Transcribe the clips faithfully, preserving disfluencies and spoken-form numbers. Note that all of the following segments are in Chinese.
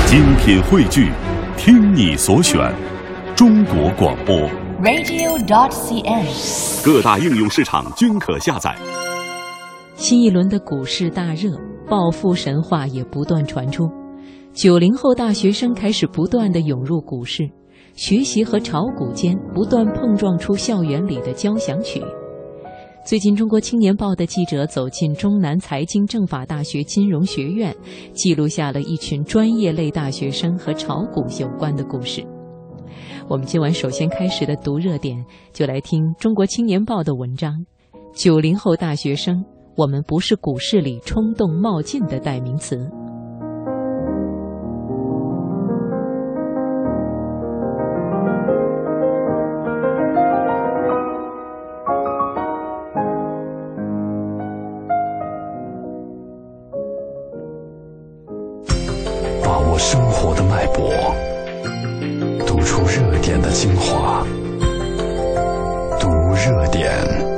精品汇聚，听你所选，中国广播 radio dot c n， 各大应用市场均可下载。 新一轮的股市大热，暴富神话也不断传出。九零后大学生开始不断地涌入股市，学习和炒股间不断碰撞出校园里的交响曲。最近，中国青年报的记者走进中南财经政法大学金融学院，记录下了一群专业类大学生和炒股有关的故事。我们今晚首先开始的读热点，就来听中国青年报的文章：九零后大学生，我们不是股市里冲动冒进的代名词。 把握生活的脉搏，读出热点的精华，读热点。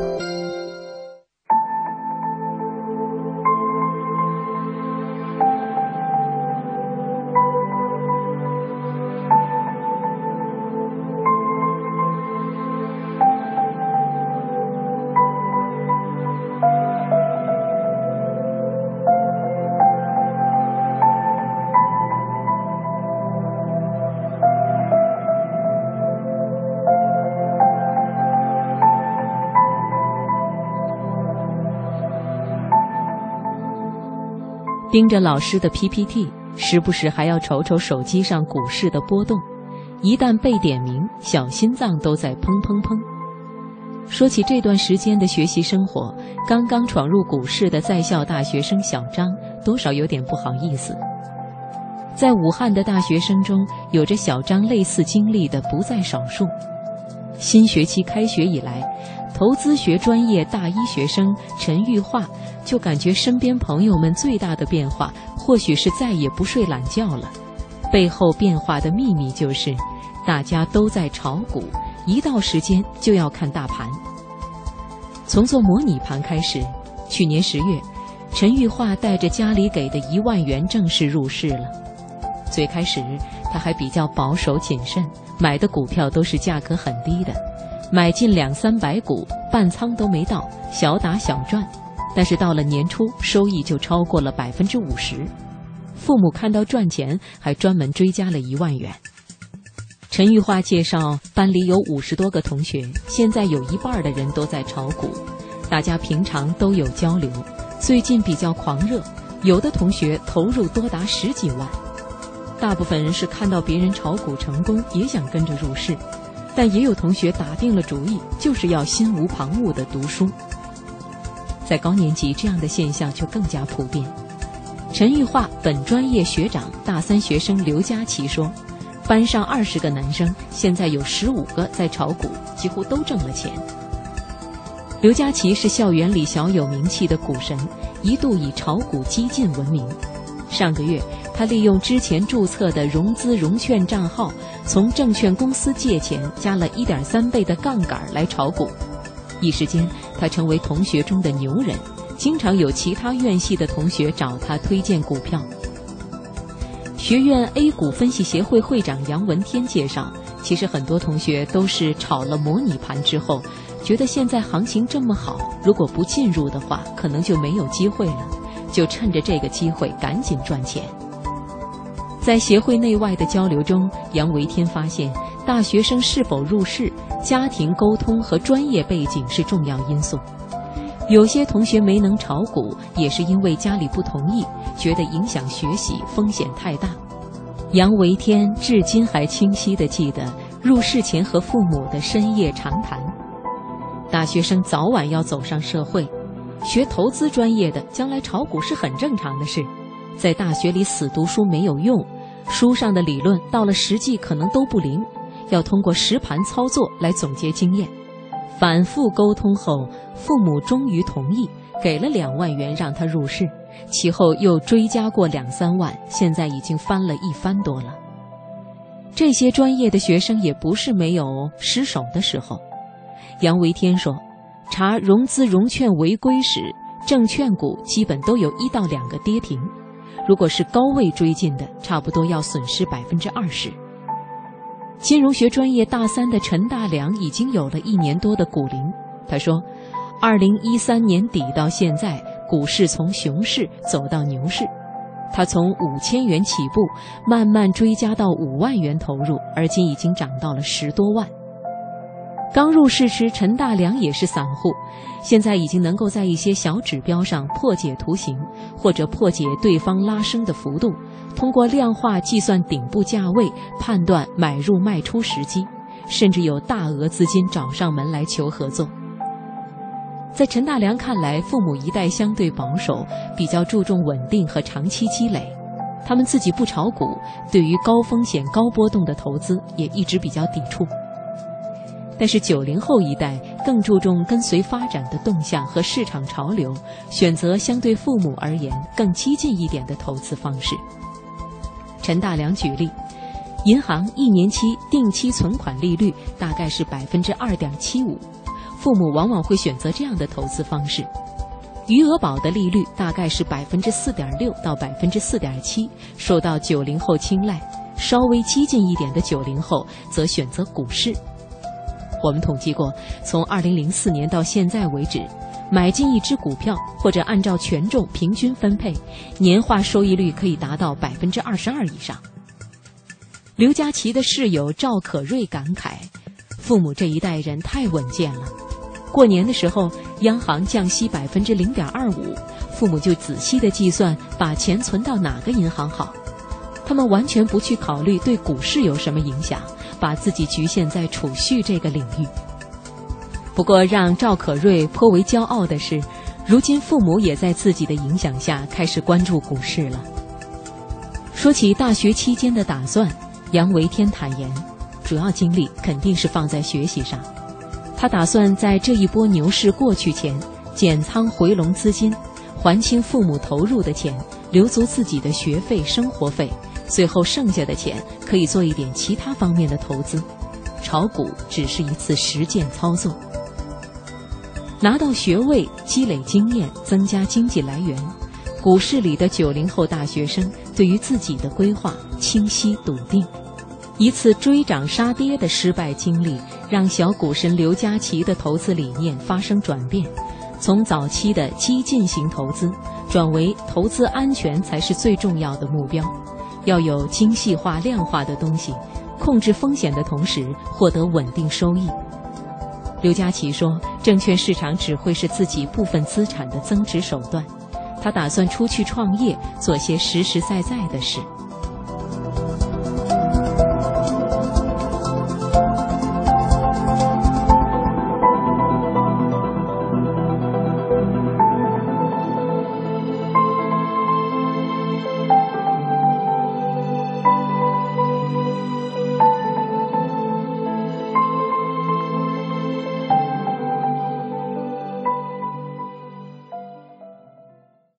盯着老师的 P P T， 时不时还要瞅瞅手机上股市的波动，一旦被点名，小心脏都在砰砰砰。说起这段时间的学习生活，刚刚闯入股市的在校大学生小张多少有点不好意思。在武汉的大学生中，有着小张类似经历的不在少数。新学期开学以来，投资学专业大一学生陈玉化就感觉身边朋友们最大的变化，或许是再也不睡懒觉了。背后变化的秘密就是，大家都在炒股，一到时间就要看大盘。从做模拟盘开始，去年十月，陈玉化带着家里给的一万元正式入市了。最开始他还比较保守谨慎，买的股票都是价格很低的，买进两三百股，半仓都没到，小打小赚。但是到了年初，收益就超过了百分之五十。父母看到赚钱，还专门追加了一万元。陈玉化介绍，班里有五十多个同学，现在有一半的人都在炒股，大家平常都有交流，最近比较狂热，有的同学投入多达十几万。大部分人是看到别人炒股成功，也想跟着入市，但也有同学打定了主意，就是要心无旁骛地读书。在高年级，这样的现象就更加普遍。陈玉化本专业学长大三学生刘佳琪说，班上二十个男生，现在有十五个在炒股，几乎都挣了钱。刘佳琪是校园里小有名气的股神，一度以炒股激进闻名。上个月，他利用之前注册的融资融券账号，从证券公司借钱，加了 一点三倍的杠杆来炒股。一时间，他成为同学中的牛人，经常有其他院系的同学找他推荐股票。学院 A 股分析协会会长杨文天介绍，其实很多同学都是炒了模拟盘之后，觉得现在行情这么好，如果不进入的话，可能就没有机会了，就趁着这个机会赶紧赚钱。在协会内外的交流中，杨维天发现，大学生是否入市，家庭沟通和专业背景是重要因素。有些同学没能炒股，也是因为家里不同意，觉得影响学习，风险太大。杨维天至今还清晰地记得入市前和父母的深夜长谈。大学生早晚要走上社会，学投资专业的将来炒股是很正常的事。在大学里死读书没有用，书上的理论到了实际可能都不灵，要通过实盘操作来总结经验。反复沟通后，父母终于同意，给了两万元让他入市，其后又追加过两三万，现在已经翻了一番多了。这些专业的学生也不是没有失手的时候。杨维天说，查融资融券违规时，证券股基本都有一到两个跌停。 如果是高位追进的，差不多要损失百分之二十。金融学专业大三的陈大良已经有了一年多的股龄，他说，二零一三年底到现在，股市从熊市走到牛市，他从五千元起步，慢慢追加到五万元投入，而今已经涨到了十多万。刚入市时，陈大良也是散户，现在已经能够在一些小指标上破解图形，或者破解对方拉升的幅度，通过量化计算顶部价位，判断买入卖出时机，甚至有大额资金找上门来求合作。在陈大良看来，父母一代相对保守，比较注重稳定和长期积累，他们自己不炒股，对于高风险高波动的投资也一直比较抵触。但是九零后一代更注重跟随发展的动向和市场潮流，选择相对父母而言更激进一点的投资方式。陈大良举例，银行一年期定期存款利率大概是百分之二点七五，父母往往会选择这样的投资方式。余额宝的利率大概是百分之四点六到百分之四点七，受到九零后青睐。稍微激进一点的九零后则选择股市。我们统计过，从二零零四年到现在为止，买进一只股票或者按照权重平均分配，年化收益率可以达到百分之二十二以上。刘佳琪的室友赵可瑞感慨，父母这一代人太稳健了。过年的时候，央行降息百分之零点二五，父母就仔细的计算把钱存到哪个银行好，他们完全不去考虑对股市有什么影响，把自己局限在储蓄这个领域。不过让赵可瑞颇为骄傲的是，如今父母也在自己的影响下开始关注股市了。说起大学期间的打算，杨维天坦言，主要精力肯定是放在学习上。他打算在这一波牛市过去前，减仓回笼资金，还清父母投入的钱，留足自己的学费、生活费，最后剩下的钱可以做一点其他方面的投资。炒股只是一次实践操作。拿到学位，积累经验，增加经济来源，股市里的九零后大学生对于自己的规划清晰笃定。一次追涨杀跌的失败经历，让小股神刘佳琪的投资理念发生转变，从早期的激进型投资转为投资安全才是最重要的目标，要有精细化量化的东西，控制风险的同时获得稳定收益。刘佳琪说，证券市场只会是自己部分资产的增值手段，他打算出去创业，做些实实在在的事。